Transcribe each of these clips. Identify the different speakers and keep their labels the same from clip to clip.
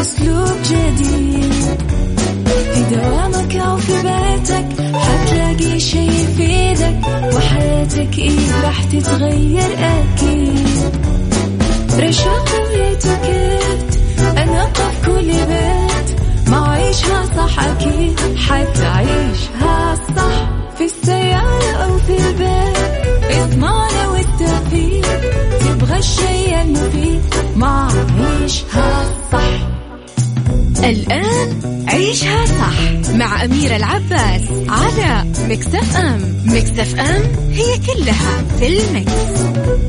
Speaker 1: بأسلوب جديد. في دوامك أو في بيتك حتلاقي شي يفيدك، وحياتك إيه راح تتغير أكيد. رشاق ويتوكيت أنا قف كل بيت، ما عيشها صح أكيد حتعيشها صح. في السيارة أو في البيت اسمعنا والتوفيق، تبغى الشيء المفيد ما عيشها صح.
Speaker 2: الآن عيشها صح مع أميرة العباس على ميكس اف ام. ميكس اف ام هي كلها في الميكس.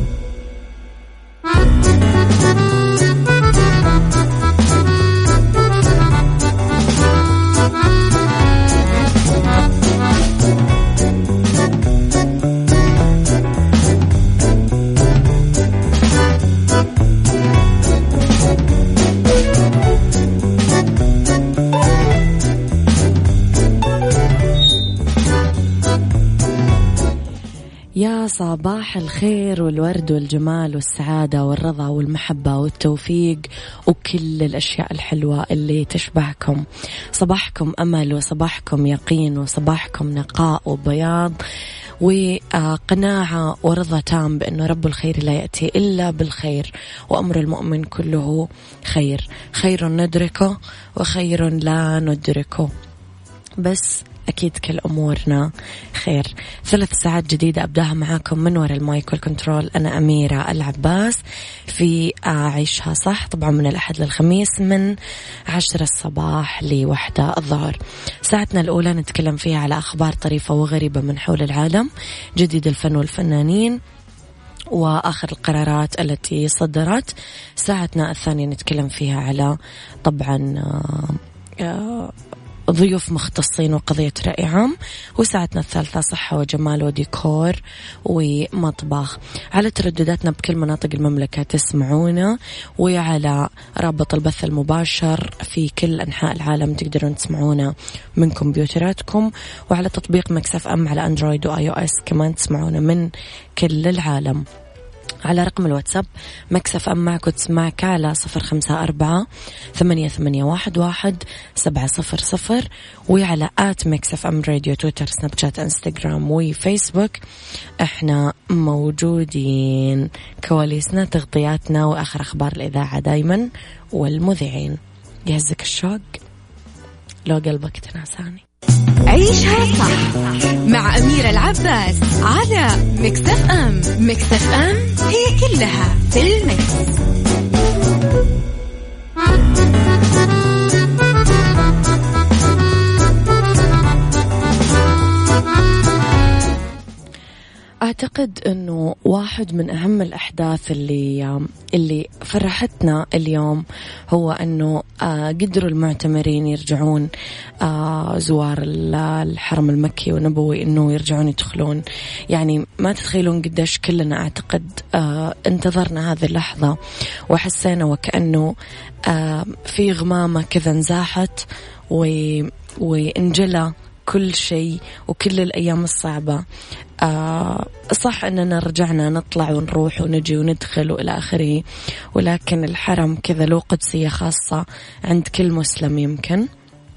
Speaker 3: يا صباح الخير والورد والجمال والسعادة والرضا والمحبة والتوفيق وكل الأشياء الحلوة اللي تشبهكم. صباحكم أمل وصباحكم يقين وصباحكم نقاء وبياض وقناعة ورضا تام بأنه رب الخير لا يأتي إلا بالخير، وأمر المؤمن كله خير. خير ندركه وخير لا ندركه، بس أكيد كل أمورنا خير. 3 ساعات جديدة أبداها معاكم من وراء المايك والكنترول. أنا أميرة العباس في عيشها صح، طبعا من الأحد للخميس من 10 الصباح ل1 الظهر. ساعتنا الأولى نتكلم فيها على أخبار طريفة وغريبة من حول العالم، جديد الفن والفنانين وآخر القرارات التي صدرت. ساعتنا الثانية نتكلم فيها على طبعا ضيوف مختصين وقضية رأي عام. وساعتنا الثالثة صحة وجمال وديكور ومطبخ. على تردداتنا بكل مناطق المملكة تسمعونا، وعلى رابط البث المباشر في كل أنحاء العالم تقدرون تسمعونا من كمبيوتراتكم، وعلى تطبيق ميكس اف ام على أندرويد وآي أو إس كمان تسمعونا من كل العالم. على رقم الواتساب ميكس اف ام معك وتسمعك على 0548811700، وعلى ميكس اف ام راديو، تويتر، سناب شات، انستغرام وفيسبوك. احنا موجودين. كواليسنا، تغطياتنا، واخر اخبار الاذاعه دايما والمذيعين. يهزك الشوق لو قلبك تناساني.
Speaker 2: عيشها صح مع أميرة العباس على ميكس اف ام. ميكس اف ام هي كلها في الميكس.
Speaker 3: أعتقد أنه واحد من أهم الأحداث اللي فرحتنا اليوم هو أنه قدروا المعتمرين يرجعون، زوار الحرم المكي والنبوي أنه يرجعون يدخلون. يعني ما تتخيلون قديش كلنا أعتقد انتظرنا هذه اللحظة، وحسينا وكأنه في غمامة كذا انزاحت وانجلى كل شيء وكل الأيام الصعبة. صح أننا رجعنا نطلع ونروح ونجي وندخل وإلى آخره، ولكن الحرم كذا له قدسية خاصة عند كل مسلم يمكن.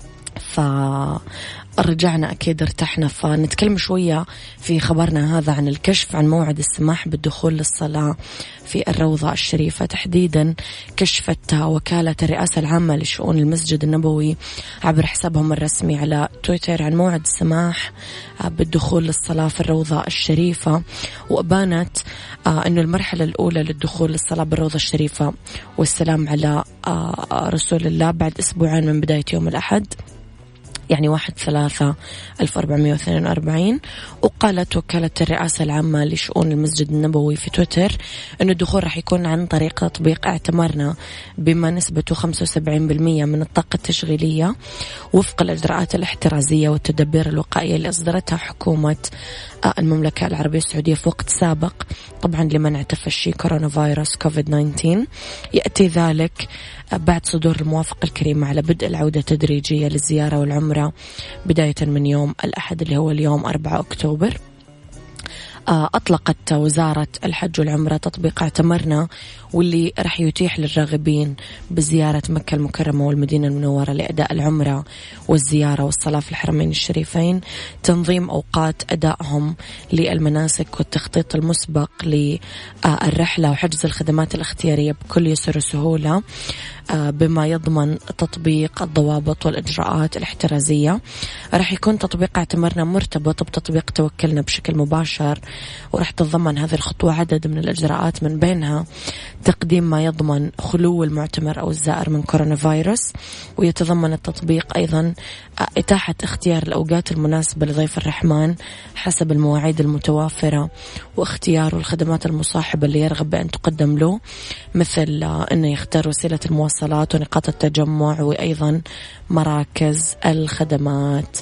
Speaker 3: فرجعنا أكيد ارتحنا. فنتكلم شوية في خبرنا هذا عن الكشف عن موعد السماح بالدخول للصلاة في الروضة الشريفة. تحديدا كشفت وكالة الرئاسة العامة لشؤون المسجد النبوي عبر حسابهم الرسمي على تويتر عن موعد السماح بالدخول للصلاة في الروضة الشريفة، وأبانت أنه المرحلة الأولى للدخول للصلاة بالروضة الشريفة والسلام على رسول الله بعد أسبوعين من بداية يوم الأحد، يعني 1/3/1442. وقالت وكالة الرئاسة العامة لشؤون المسجد النبوي في تويتر أن الدخول راح يكون عن طريق تطبيق اعتمرنا بما نسبته 75% من الطاقة التشغيلية وفق الإجراءات الاحترازية والتدابير الوقائية اللي أصدرتها حكومة المملكة العربية السعودية في وقت سابق، طبعا لمنع تفشي كورونا فيروس كوفيد-19. يأتي ذلك بعد صدور الموافقة الكريمة على بدء العودة التدريجية للزيارة والعمرة بداية من يوم الأحد اللي هو اليوم 4 أكتوبر. أطلقت وزارة الحج والعمرة تطبيق اعتمرنا، واللي رح يتيح للراغبين بزيارة مكة المكرمة والمدينة المنورة لأداء العمرة والزيارة والصلاة في الحرمين الشريفين تنظيم أوقات أدائهم للمناسك والتخطيط المسبق للرحلة وحجز الخدمات الاختيارية بكل يسر وسهولة، بما يضمن تطبيق الضوابط والإجراءات الاحترازية. رح يكون تطبيق اعتمرنا مرتبط بتطبيق توكلنا بشكل مباشر، ورح تتضمن هذه الخطوة عدد من الإجراءات، من بينها تقديم ما يضمن خلو المعتمر أو الزائر من كورونا فيروس، ويتضمن التطبيق أيضا إتاحة اختيار الأوقات المناسبة لضيف الرحمن حسب المواعيد المتوافرة، واختيار الخدمات المصاحبة اللي يرغب بأن تقدم له، مثل أنه يختار وسيلة المواصلات ونقاط التجمع وأيضا مراكز الخدمات.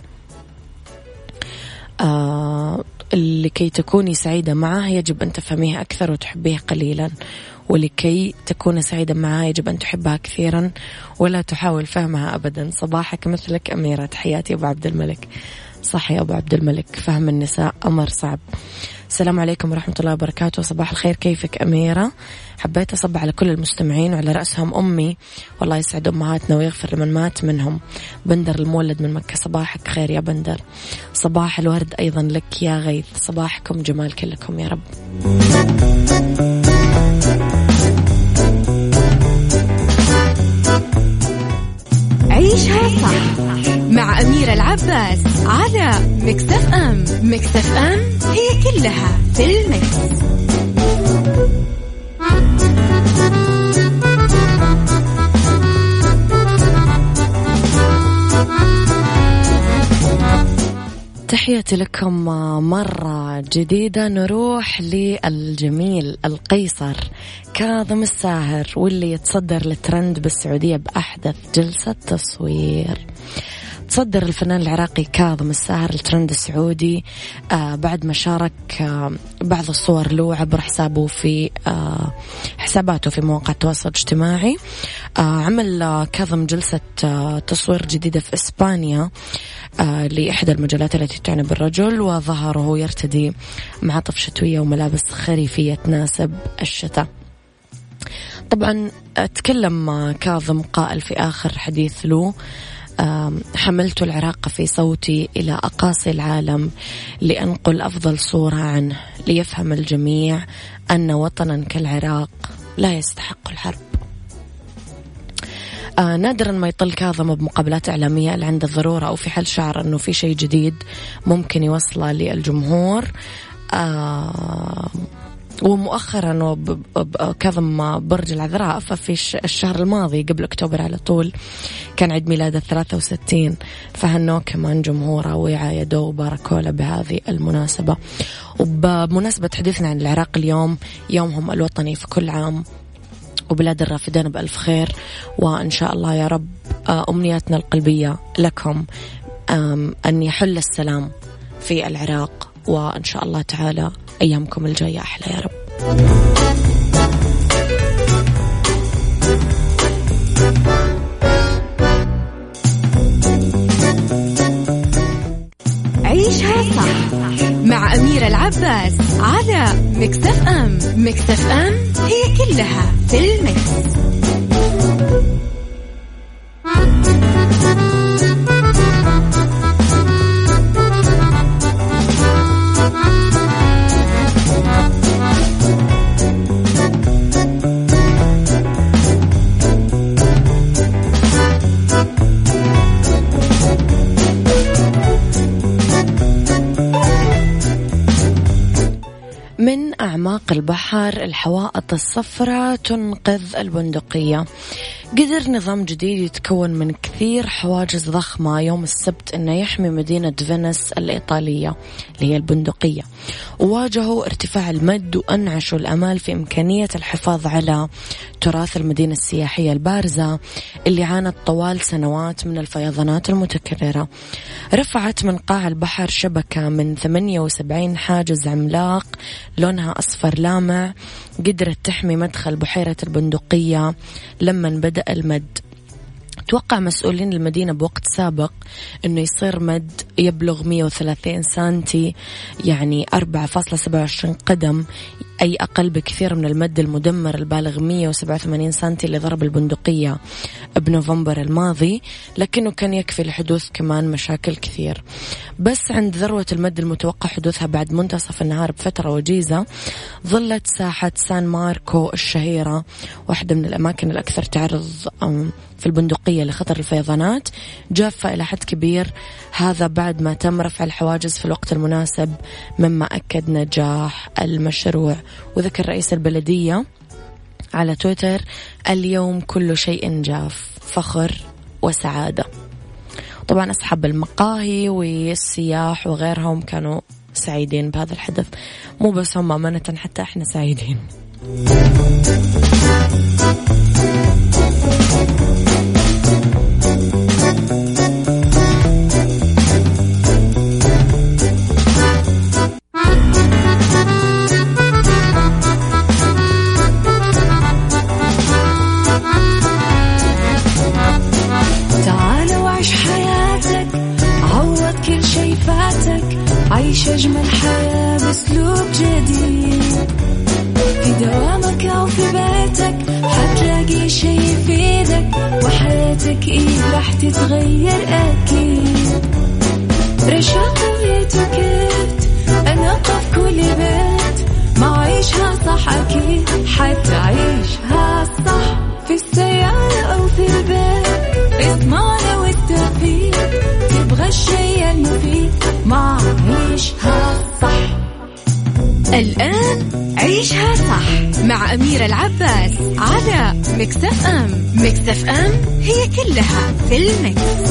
Speaker 3: لكي تكوني سعيدة معه يجب أن تفهميه أكثر وتحبيه قليلا، ولكي تكون سعيدة معها يجب أن تحبها كثيرا ولا تحاول فهمها أبدا. صباحك مثلك أميرة، تحياتي أبو عبد الملك. صح يا أبو عبد الملك، فهم النساء أمر صعب. السلام عليكم ورحمة الله وبركاته. صباح الخير، كيفك أميرة؟ حبيت أصبح على كل المستمعين وعلى رأسهم أمي، والله يسعد أمهاتنا ويغفر لمن مات منهم. بندر المولد من مكة، صباحك خير يا بندر. صباح الورد أيضا لك يا غيث، صباحكم جمال كلكم يا رب.
Speaker 2: عيشها صح مع أميرة العباس على ميكس اف ام. ميكس اف ام هي كلها في الميكس.
Speaker 3: تحياتي لكم مرة جديدة. نروح للجميل القيصر كاظم الساهر، واللي يتصدر الترند بالسعودية بأحدث جلسة تصوير. تصدر الفنان العراقي كاظم الساهر الترند السعودي بعد ما شارك بعض الصور له عبر حسابه في حساباته في مواقع التواصل الاجتماعي. عمل كاظم جلسة تصوير جديدة في إسبانيا لإحدى المجلات التي تعنى بالرجل، وظهر وهو يرتدي معاطف شتوية وملابس خريفية تناسب الشتاء. طبعا تكلم كاظم قائل في آخر حديث له: حملت العراق في صوتي إلى أقاصي العالم لأنقل أفضل صورة عنه، ليفهم الجميع أن وطنا كالعراق لا يستحق الحرب. نادرا ما يطل كاظم بمقابلات إعلامية إلا عند الضرورة أو في حال شعر أنه في شيء جديد ممكن يوصله للجمهور. ومؤخرا كاظم برج العذراء، ففي الشهر الماضي قبل أكتوبر على طول كان عيد ميلاده 63، فهنوه كمان جمهوره وعايدوه وباركوا له بهذه المناسبة. وبمناسبة حديثنا عن العراق اليوم، يومهم الوطني في كل عام، وبلاد الرافدين بألف خير، وإن شاء الله يا رب أمنياتنا القلبية لكم أن يحل السلام في العراق، وإن شاء الله تعالى أيامكم الجاية أحلى يا رب.
Speaker 2: عيشها صح مع أميرة العباس على ميكس اف ام. ميكس اف ام هي كلها في الميكس.
Speaker 3: من أعماق البحر الحوائط الصفراء تنقذ البندقية. قدر نظام جديد يتكون من كثير حواجز ضخمة يوم السبت أنه يحمي مدينة فينيس الإيطالية اللي هي البندقية، وواجهوا ارتفاع المد وأنعشوا الأمال في إمكانية الحفاظ على تراث المدينة السياحية البارزة اللي عانت طوال سنوات من الفيضانات المتكررة. رفعت من قاع البحر شبكة من 78 حاجز عملاق لونها أصفر لامع قدرت تحمي مدخل بحيرة البندقية لما بدأ المد. توقع مسؤولين المدينة بوقت سابق أنه يصير مد يبلغ 130 سنتي، يعني 4.27 قدم، أي أقل بكثير من المد المدمر البالغ 187 سنتي اللي ضرب البندقية بنوفمبر الماضي، لكنه كان يكفي لحدوث كمان مشاكل كثير. بس عند ذروة المد المتوقع حدوثها بعد منتصف النهار بفترة وجيزة، ظلت ساحة سان ماركو الشهيرة واحدة من الأماكن الأكثر تعرض في البندقية لخطر الفيضانات جافة إلى حد كبير، هذا بعد ما تم رفع الحواجز في الوقت المناسب، مما أكد نجاح المشروع. وذكر رئيس البلدية على تويتر: اليوم كل شيء جاف، فخر وسعادة. طبعا أصحاب المقاهي والسياح وغيرهم كانوا سعيدين بهذا الحدث، مو بس هم، أمانة حتى إحنا سعيدين.
Speaker 1: عيش أجمل حياة بأسلوب جديد، في دوامك أو في بيتك حتلاقي شي يفيدك، وحياتك إيه راح تتغير أكيد. رشاق ويتوكيت أنا قف كل بيت، ما عيشها صح أكيد حتعيشها صح، في السيارة أو في البيت اسمعنا والتوفيق، تبغى الشي المفيد ما عيشها صح.
Speaker 2: الآن عيشها صح مع أميرة العباس على ميكس اف ام. ميكس اف ام هي كلها في الميكس.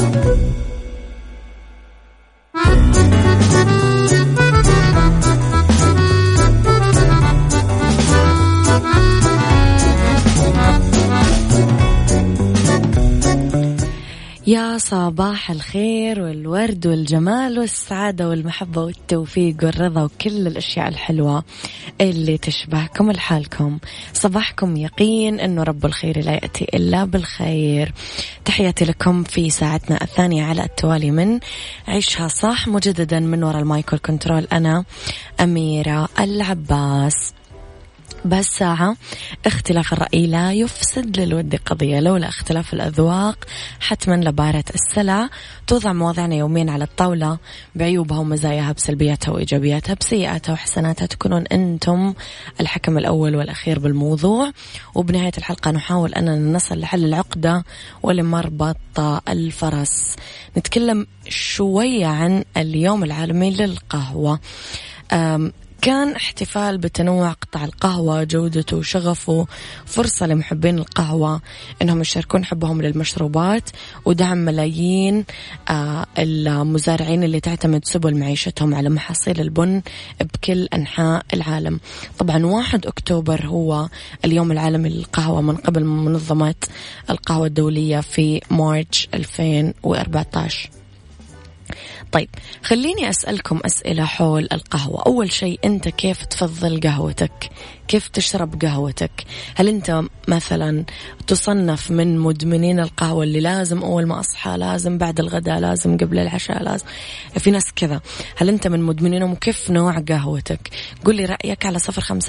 Speaker 3: يا صباح الخير والورد والجمال والسعادة والمحبة والتوفيق والرضا وكل الأشياء الحلوة اللي تشبهكم لحالكم. صباحكم يقين أنه رب الخير لا يأتي إلا بالخير. تحياتي لكم في ساعتنا الثانية على التوالي من عيشها صح، مجددا من وراء المايكل كنترول أنا أميرة العباس. بهالساعة اختلاف الرأي لا يفسد للود قضية، لولا اختلاف الأذواق حتما لبارة السلع. توضع مواضيعنا يوميا على الطاولة بعيوبها ومزاياها، بسلبياتها وإيجابياتها، بسيئاتها وحسناتها، تكونون أنتم الحكم الأول والأخير بالموضوع. وبنهاية الحلقة نحاول أننا نصل لحل العقدة ولمربط الفرس. نتكلم شوية عن اليوم العالمي للقهوة. كان احتفال بتنوع قطع القهوة، جودته وشغفه، فرصة لمحبين القهوة انهم يشاركون حبهم للمشروبات ودعم ملايين المزارعين اللي تعتمد سبل معيشتهم على محاصيل البن بكل أنحاء العالم. طبعا 1 أكتوبر هو اليوم العالمي للقهوة من قبل منظمة القهوة الدولية في مارس 2014. طيب خليني أسألكم أسئلة حول القهوة. أول شيء، أنت كيف تفضل قهوتك؟ كيف تشرب قهوتك؟ هل أنت مثلا تصنف من مدمنين القهوة اللي لازم أول ما أصحى، لازم بعد الغداء، لازم قبل العشاء، لازم؟ في ناس كذا. هل أنت من مدمنينهم وكيف نوع قهوتك؟ قل لي رأيك على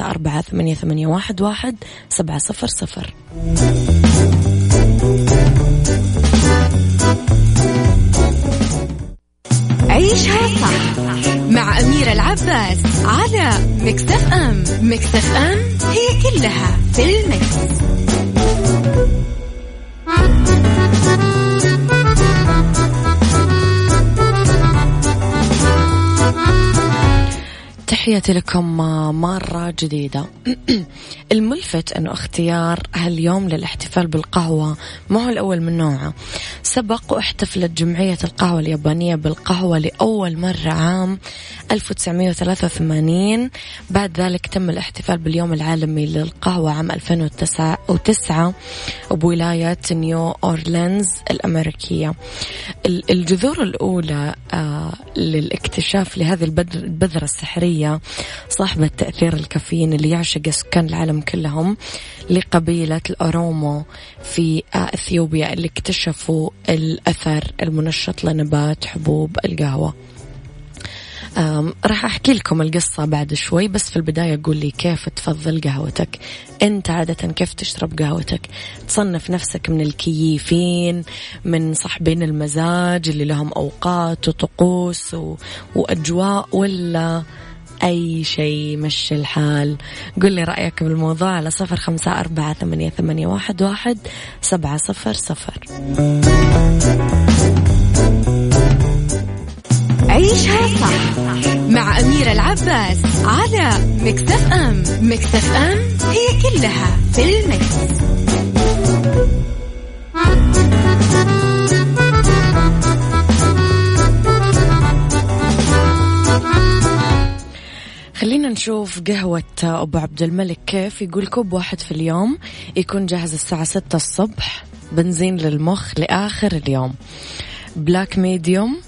Speaker 3: 0548811700.
Speaker 2: عيشها صح مع أميرة العباس على ميكس اف ام. ميكس اف ام هي كلها في الميكس.
Speaker 3: تحياتي لكم مرة جديدة. الملفت أنه اختيار هاليوم للاحتفال بالقهوة ما هو الأول من نوعه. سبق واحتفلت جمعية القهوة اليابانية بالقهوة لأول مرة عام 1983. بعد ذلك تم الاحتفال باليوم العالمي للقهوة عام 2009 بولاية نيو أورلينز الأمريكية. الجذور الأولى للاكتشاف لهذه البذرة السحرية صاحبة تأثير الكافيين اللي يعشق سكان العالم كلهم لقبيلة الأورومو في أثيوبيا، اللي اكتشفوا الأثر المنشط لنبات حبوب القهوة. راح أحكي لكم القصة بعد شوي، بس في البداية قول لي كيف تفضل قهوتك؟ أنت عادة كيف تشرب قهوتك؟ تصنف نفسك من الكيفين، من صاحبين المزاج اللي لهم أوقات وطقوس وأجواء، ولا أي شيء مشي الحال؟ قل لي رأيك بالموضوع على 0548811700.
Speaker 2: عيشها صح مع أميرة العباس على مكسف أم. مكسف أم هي كلها في المكس.
Speaker 3: خلينا نشوف قهوة أبو عبد الملك كيف. يقول كوب واحد في اليوم، يكون جاهز الساعة 6 الصبح، بنزين للمخ لآخر اليوم، بلاك ميديوم.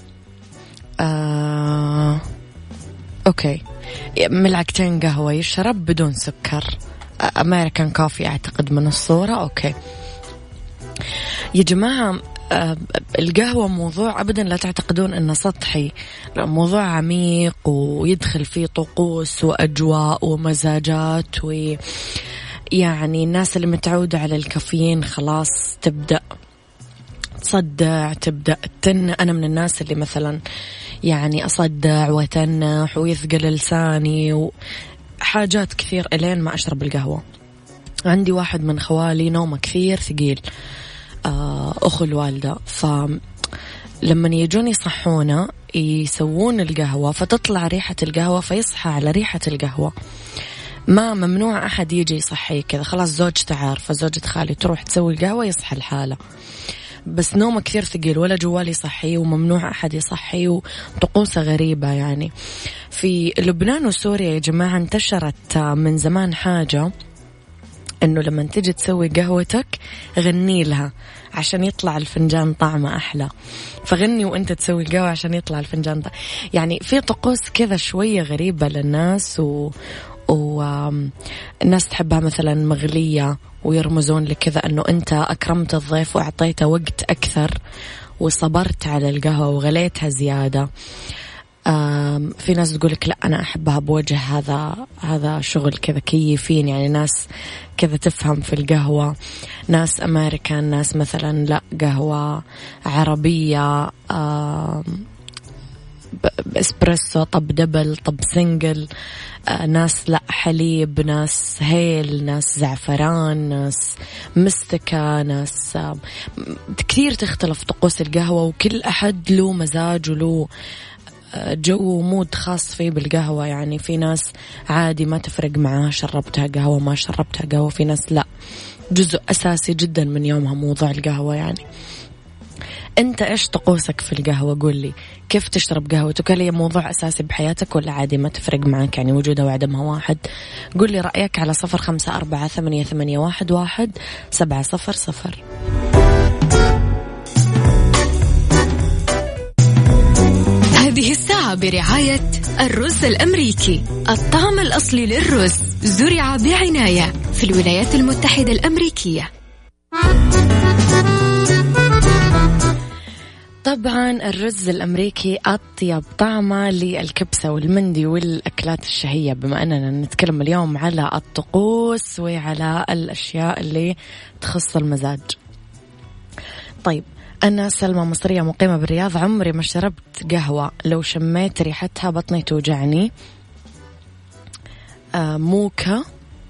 Speaker 3: أوكي، ملعقتين قهوة يشرب بدون سكر، أمريكان كوفي أعتقد من الصورة. أوكي يا جماعة، القهوة موضوع أبدا لا تعتقدون أنه سطحي، موضوع عميق ويدخل فيه طقوس وأجواء ومزاجات، ويعني الناس اللي متعودة على الكافيين خلاص تبدأ تصدع، تبدأ أنا من الناس اللي مثلا يعني أصدع وتنح ويثقل لساني وحاجات كثير إلين ما أشرب القهوة. عندي واحد من خوالي نومه كثير ثقيل، أخو الوالدة، فلما يجون يصحونا يسوون القهوة فتطلع ريحة القهوة فيصحى على ريحة القهوة. ممنوع أحد يجي يصحي كذا، خلاص زوجته عارفة، زوجة خالي تروح تسوي القهوة يصحى الحالة، بس نومه كثير ثقيل ولا جوالي يصحي وممنوع أحد يصحي وطقوسة غريبة. يعني في لبنان وسوريا يا جماعة انتشرت من زمان حاجة إنه لما تيجي تسوي قهوتك غني لها عشان يطلع الفنجان طعمه أحلى، فغني وأنت تسوي القهوة عشان يطلع الفنجان طعمه. يعني في طقوس كذا شوية غريبة للناس، الناس تحبها مثلا مغلية ويرمزون لكذا أنه أنت أكرمت الضيف وأعطيته وقت أكثر وصبرت على القهوة وغليتها زيادة. في ناس تقولك لا أنا أحبها بوجه، هذا شغل كذا كيفين، يعني ناس كذا تفهم في القهوة، ناس أمريكان، ناس مثلا لا قهوة عربية، اسبريسو، طب دبل، طب سنجل، ناس لا حليب، ناس هيل، ناس زعفران، ناس مستكة، ناس كثير تختلف طقوس القهوة، وكل أحد له مزاج وله جو ومود خاص فيه بالقهوة. يعني في ناس عادي ما تفرق معها شربتها قهوة ما شربتها قهوة، في ناس لا، جزء أساسي جدا من يومها موضوع القهوة. يعني أنت إيش طقوسك في القهوة؟ قول لي كيف تشرب قهوتك؟ هل هي موضوع أساسي بحياتك ولا عادي ما تفرق معك، يعني وجودها وعدمها واحد؟ قول لي رأيك على 0548811700.
Speaker 2: هذه الساعة برعاية الرز الأمريكي، الطعم الأصلي للرز، زرع بعناية في الولايات المتحدة الأمريكية.
Speaker 3: طبعا الرز الأمريكي أطيب طعمة للكبسة والمندي والأكلات الشهية، بما أننا نتكلم اليوم على الطقوس وعلى الأشياء اللي تخص المزاج. طيب أنا سلمى مصرية مقيمة بالرياض، عمري ما شربت قهوة، لو شميت ريحتها بطني توجعني. موكا،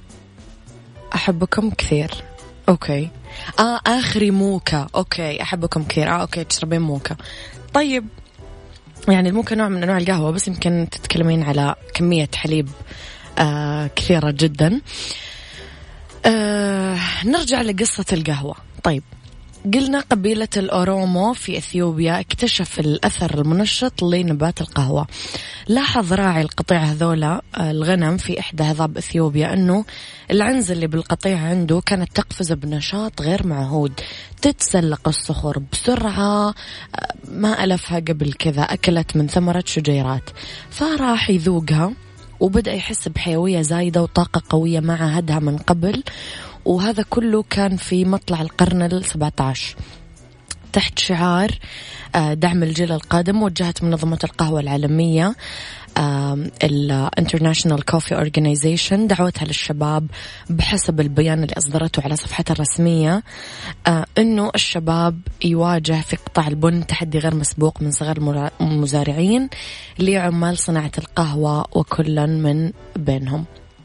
Speaker 3: أحبكم كثير. أوكي آخري موكا. أوكي أحبكم كثير. أوكي تشربين موكا. طيب يعني الموكا نوع من أنواع القهوة، بس يمكن تتكلمين على كمية حليب كثيرة جدا. نرجع لقصة القهوة. طيب قلنا قبيلة الأورومو في إثيوبيا اكتشف الأثر المنشط لنبات القهوة. لاحظ راعي القطيع هذولا الغنم في إحدى هضاب إثيوبيا أنه العنزة اللي بالقطيع عنده كانت تقفز بنشاط غير معهود، تتسلق الصخور بسرعة ما ألفها قبل كذا، أكلت من ثمرة شجيرات، فراح يذوقها وبدأ يحس بحيوية زايدة وطاقة قوية ما عهدها من قبل. وهذا كله كان في مطلع القرن ال17 تحت شعار دعم الجيل القادم. وجهت منظمة القهوة العالمية International Coffee Organization دعوتها للشباب بحسب البيان اللي أصدرته على صفحتها الرسمية أنه الشباب يواجه في قطاع البن تحدي غير مسبوق من صغار المزارعين لعمال صناعة القهوة وكلا من بينهم.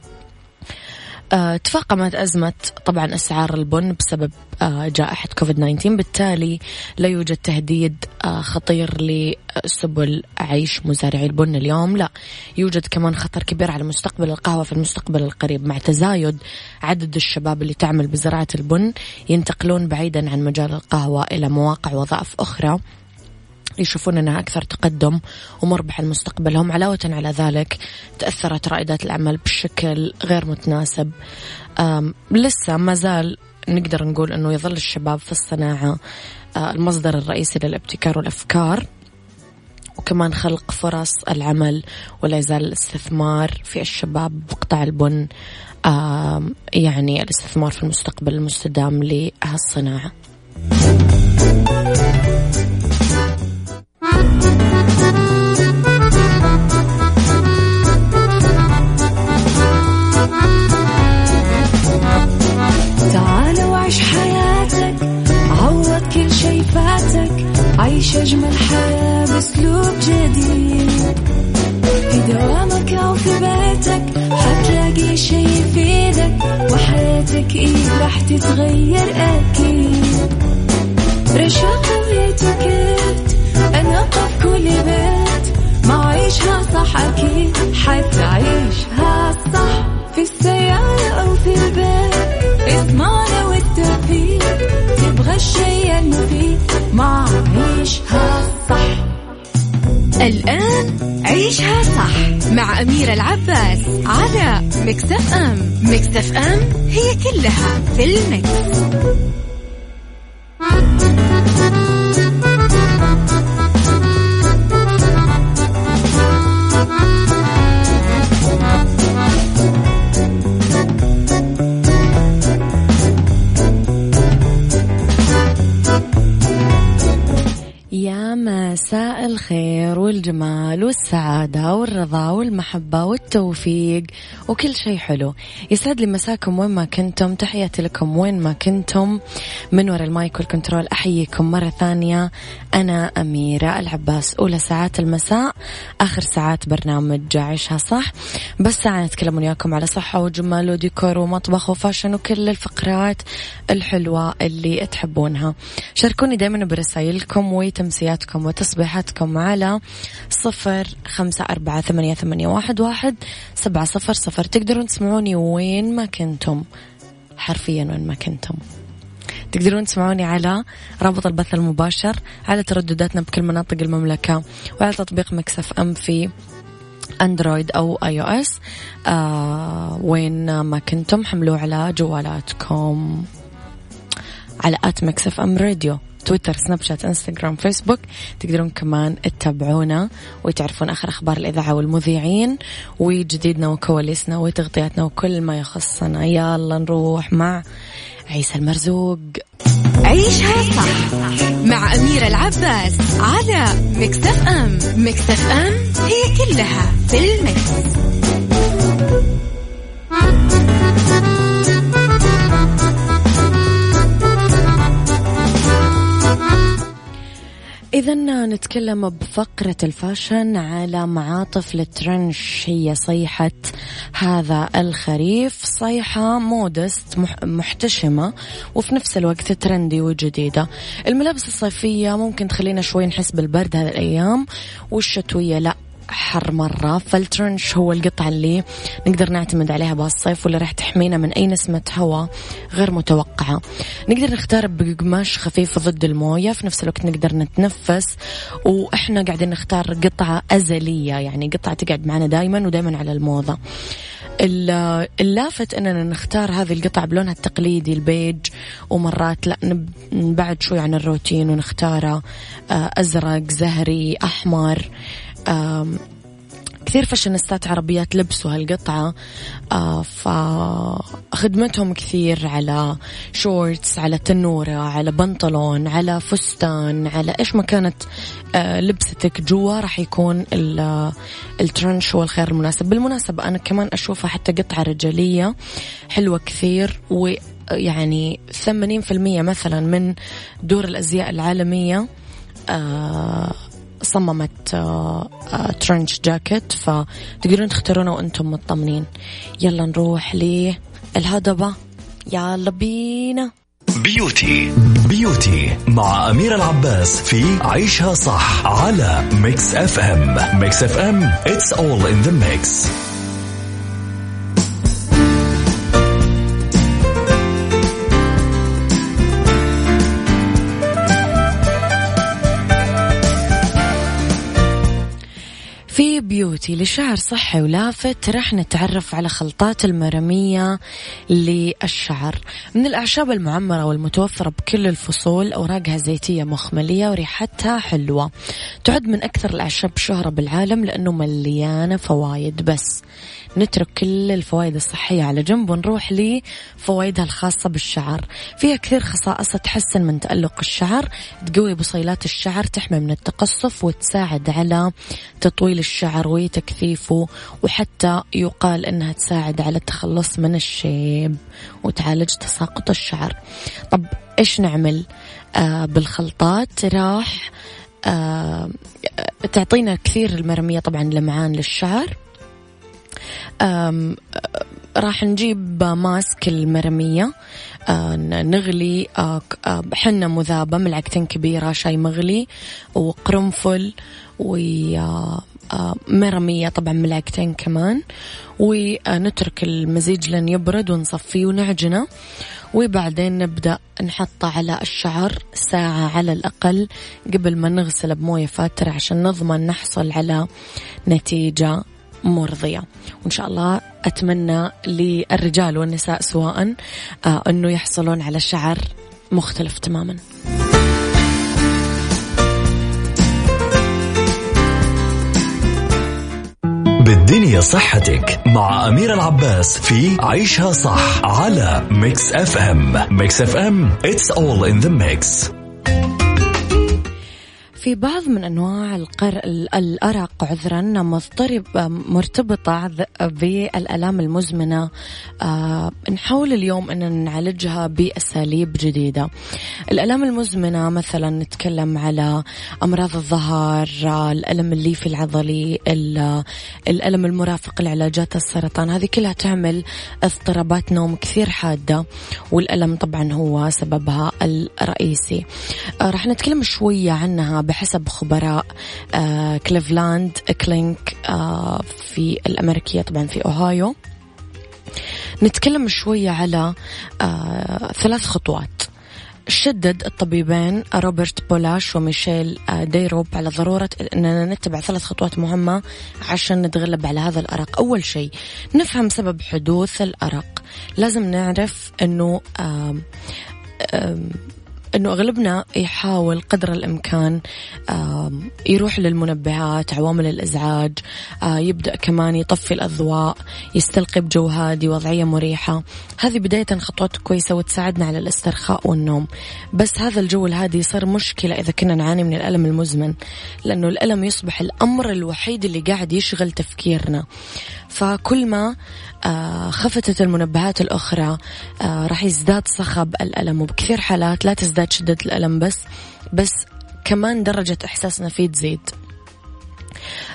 Speaker 3: تفاقمت أزمة طبعا أسعار البن بسبب جائحة كوفيد-19، بالتالي لا يوجد تهديد خطير لسبل عيش مزارعي البن اليوم، لا يوجد كمان خطر كبير على مستقبل القهوة في المستقبل القريب، مع تزايد عدد الشباب اللي تعمل بزراعة البن ينتقلون بعيدا عن مجال القهوة إلى مواقع وظائف أخرى يشوفون أنها أكثر تقدم ومربحة لمستقبلهم. علاوة على ذلك تأثرت رائدات الأعمال بشكل غير متناسب. لسه ما زال نقدر نقول أنه يظل الشباب في الصناعة المصدر الرئيسي للابتكار والأفكار وكمان خلق فرص العمل، ولا يزال الاستثمار في الشباب بقطاع البن يعني الاستثمار في المستقبل المستدام لهالصناعة.
Speaker 1: تعال وعيش حياتك، عوض كل شي فاتك، عيش أجمل حياة بأسلوب جديد. في دوامك أو في بيتك حتلاقي شي يفيدك، وحياتك إيه راح تتغير أكيد. رشاق ويتوكيت أنا قف كل بيت، ما عيشها صح أكيد حتعيشها صح. في السيارة أو في البيت اسمعنا والتوفيق، تبغى الشيء المفيد ما عيشها صح.
Speaker 2: الآن عيشها صح مع أميرة العباس على ميكس اف ام. ميكس اف ام هي كلها في الميكس.
Speaker 3: مساء الخير والجمال والسعادة والرضا والمحبة والتوفيق وكل شيء حلو. يسعد لي مساكم وين ما كنتم، تحياتي لكم وين ما كنتم. من وراء المايك والكنترول أحييكم مرة ثانية، أنا أميرة العباس. أولى ساعات المساء، آخر ساعات برنامج عيشها صح، بس ساعة نتكلم وياكم على صحة وجمال وديكور ومطبخ وفاشن وكل الفقرات الحلوة اللي تحبونها. شاركوني دايما برسائلكم وتمسياتكم وتصبيحاتكم على 0548811700. تقدرون تسمعوني وين ما كنتم، حرفيا وين ما كنتم. تقدرون تسمعوني على رابط البث المباشر على تردداتنا بكل مناطق المملكة، وعلى تطبيق ميكس اف ام في اندرويد او اي او اس. وين ما كنتم حملوه على جوالاتكم على ميكس اف ام راديو، تويتر، سناب شات، انستغرام، فيسبوك. تقدرون كمان تتابعونا وتعرفون آخر أخبار الإذاعة والمذيعين وجديدنا وكواليسنا وتغطياتنا وكل ما يخصنا. يلا نروح مع عيسى المرزوق.
Speaker 2: عيشها صح مع أميرة العباس على ميكس اف ام. ميكس اف ام هي كلها في الميكس.
Speaker 3: إذن نتكلم بفقرة الفاشن على معاطف الترنش. هي صيحة هذا الخريف، صيحة مودست محتشمة وفي نفس الوقت ترندي وجديدة. الملابس الصيفية ممكن تخلينا شوي نحس بالبرد هذه الأيام، والشتوية لا حر مرة، فالترنش هو القطعة اللي نقدر نعتمد عليها بهالصيف واللي راح تحمينا من أي نسمة هواء غير متوقعة. نقدر نختار بقماش خفيف ضد الموية، في نفس الوقت نقدر نتنفس، وإحنا قاعدين نختار قطعة أزلية، يعني قطعة تقعد معنا دايما ودايما على الموضة. اللافت أننا نختار هذه القطع بلونها التقليدي البيج، ومرات لا نبعد شوي عن الروتين ونختاره أزرق زهري أحمر. كثير فاشينيستات عربيات لبسوا هالقطعة، فخدمتهم كثير على شورتس، على تنورة، على بنطلون، على فستان، على إيش ما كانت لبستك جوا راح يكون الترنش هو الخيار المناسب. بالمناسبة أنا كمان أشوفها حتى قطعة رجالية حلوة كثير، ويعني 80% مثلا من دور الأزياء العالمية صممت ترنش جاكيت، فتقدرون تختارونه وأنتم مطمنين. يلا نروح للهضبة، يلا بينا.
Speaker 4: بيوتي مع أميرة العباس في عيشها صح على ميكس اف ام. ميكس اف ام it's all in the mix.
Speaker 3: في بيوتي لشعر صحي ولافت راح نتعرف على خلطات المرمية للشعر من الأعشاب المعمرة والمتوفرة بكل الفصول، أوراقها زيتية مخملية وريحتها حلوة، تعد من أكثر الأعشاب شهرة بالعالم لأنه مليانة فوايد. بس نترك كل الفوائد الصحية على جنب ونروح لفوائدها الخاصة بالشعر. فيها كثير خصائص تحسن من تألق الشعر، تقوي بصيلات الشعر، تحمي من التقصف، وتساعد على تطويل الشعر وتكثيفه، وحتى يقال أنها تساعد على التخلص من الشيب وتعالج تساقط الشعر. طب إيش نعمل بالخلطات؟ راح تعطينا كثير المرمية طبعا لمعان للشعر. راح نجيب ماسك المرمية، نغلي حنة مذابة، ملعقتين كبيرة شاي مغلي، وقرنفل، ومرمية طبعا ملعقتين كمان، ونترك المزيج لين يبرد ونصفيه ونعجنه، وبعدين نبدأ نحطه على الشعر ساعة على الأقل قبل ما نغسله بموية فاترة عشان نضمن نحصل على نتيجة مرضية. وإن شاء الله أتمنى للرجال والنساء سواء أنه يحصلون على شعر مختلف تماما.
Speaker 4: بالدنيا صحتك مع أميرة العباس في عيشها صح على ميكس اف ام. ميكس اف ام it's all in the mix.
Speaker 3: في بعض من أنواع الأرق مرتبطة بالآلام المزمنة، نحاول اليوم أن نعالجها بأساليب جديدة. الآلام المزمنة مثلا نتكلم على أمراض الظهر، الألم الليفي العضلي، الألم المرافق لعلاجات السرطان، هذه كلها تعمل اضطرابات نوم كثير حادة، والألم طبعا هو سببها الرئيسي. راح نتكلم شوية عنها بحسب خبراء كليفلاند كلينك في الأمريكية طبعا في أوهايو. نتكلم شوية على 3 خطوات شدد الطبيبين روبرت بولاش وميشيل ديروب على ضرورة أننا نتبع 3 خطوات مهمة عشان نتغلب على هذا الأرق. أول شيء نفهم سبب حدوث الأرق. لازم نعرف أنه أغلبنا يحاول قدر الإمكان يروح للمنبهات، عوامل الإزعاج، يبدأ كمان يطفي الأضواء، يستلقي بجو هادي، وضعية مريحة. هذه بداية خطوات كويسة وتساعدنا على الاسترخاء والنوم. بس هذا الجو الهادي يصير مشكلة إذا كنا نعاني من الألم المزمن، لأنه الألم يصبح الأمر الوحيد اللي قاعد يشغل تفكيرنا. فكل ما خفتت المنبهات الأخرى راح يزداد صخب الألم، وبكثير حالات لا تزداد شدة الألم بس كمان درجة إحساسنا فيه تزيد.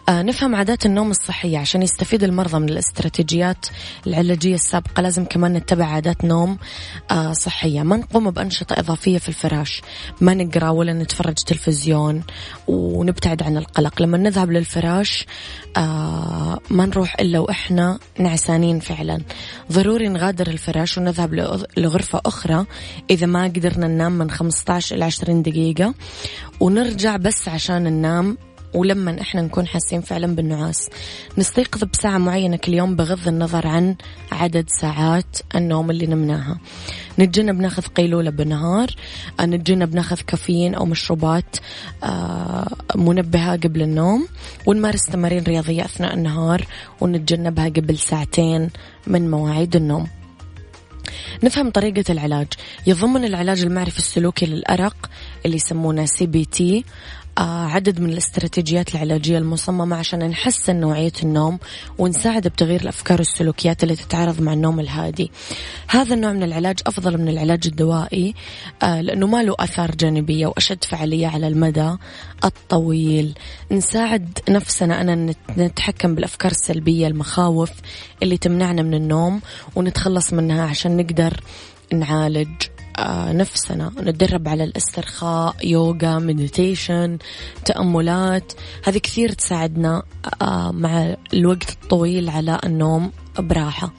Speaker 3: نفهم عادات النوم الصحية عشان يستفيد المرضى من الاستراتيجيات العلاجية السابقة. لازم كمان نتبع عادات نوم صحية. ما نقوم بأنشطة إضافية في الفراش، ما نقرأ ولا نتفرج تلفزيون، ونبتعد عن القلق. لما نذهب للفراش ما نروح إلا وإحنا نعسانين فعلا. ضروري نغادر الفراش ونذهب لغرفة أخرى إذا ما قدرنا ننام من 15 إلى 20 دقيقة، ونرجع بس عشان ننام. ولما إحنا نكون حاسين فعلا بالنعاس نستيقظ بساعة معينة كل يوم بغض النظر عن عدد ساعات النوم اللي نمناها. نتجنب ناخذ قيلولة بالنهار، نتجنب ناخذ كافيين أو مشروبات منبهة قبل النوم، ونمارس تمارين رياضية أثناء النهار ونتجنبها قبل ساعتين من مواعيد النوم. نفهم طريقة العلاج. يضمن العلاج المعرفي السلوكي للأرق اللي يسمونه CBT عدد من الاستراتيجيات العلاجية المصممة عشان نحسن نوعية النوم ونساعد بتغيير الأفكار والسلوكيات اللي تتعارض مع النوم الهادي. هذا النوع من العلاج أفضل من العلاج الدوائي لأنه ما له آثار جانبية وأشد فعالية على المدى الطويل. نساعد نفسنا أن نتحكم بالأفكار السلبية، المخاوف اللي تمنعنا من النوم ونتخلص منها عشان نقدر نعالج نفسنا. نتدرب على الاسترخاء، يوغا، مديتيشن، تأملات. هذه كثير تساعدنا مع الوقت الطويل على النوم براحة.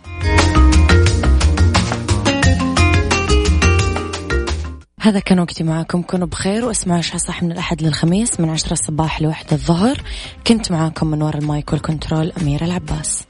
Speaker 3: هذا كان وقتي معكم. كونوا بخير واسمعوا عيشها صح من الأحد للخميس من 10 الصباح ل1 الظهر. كنت معاكم من وراء المايك والكنترول أميرة العباس.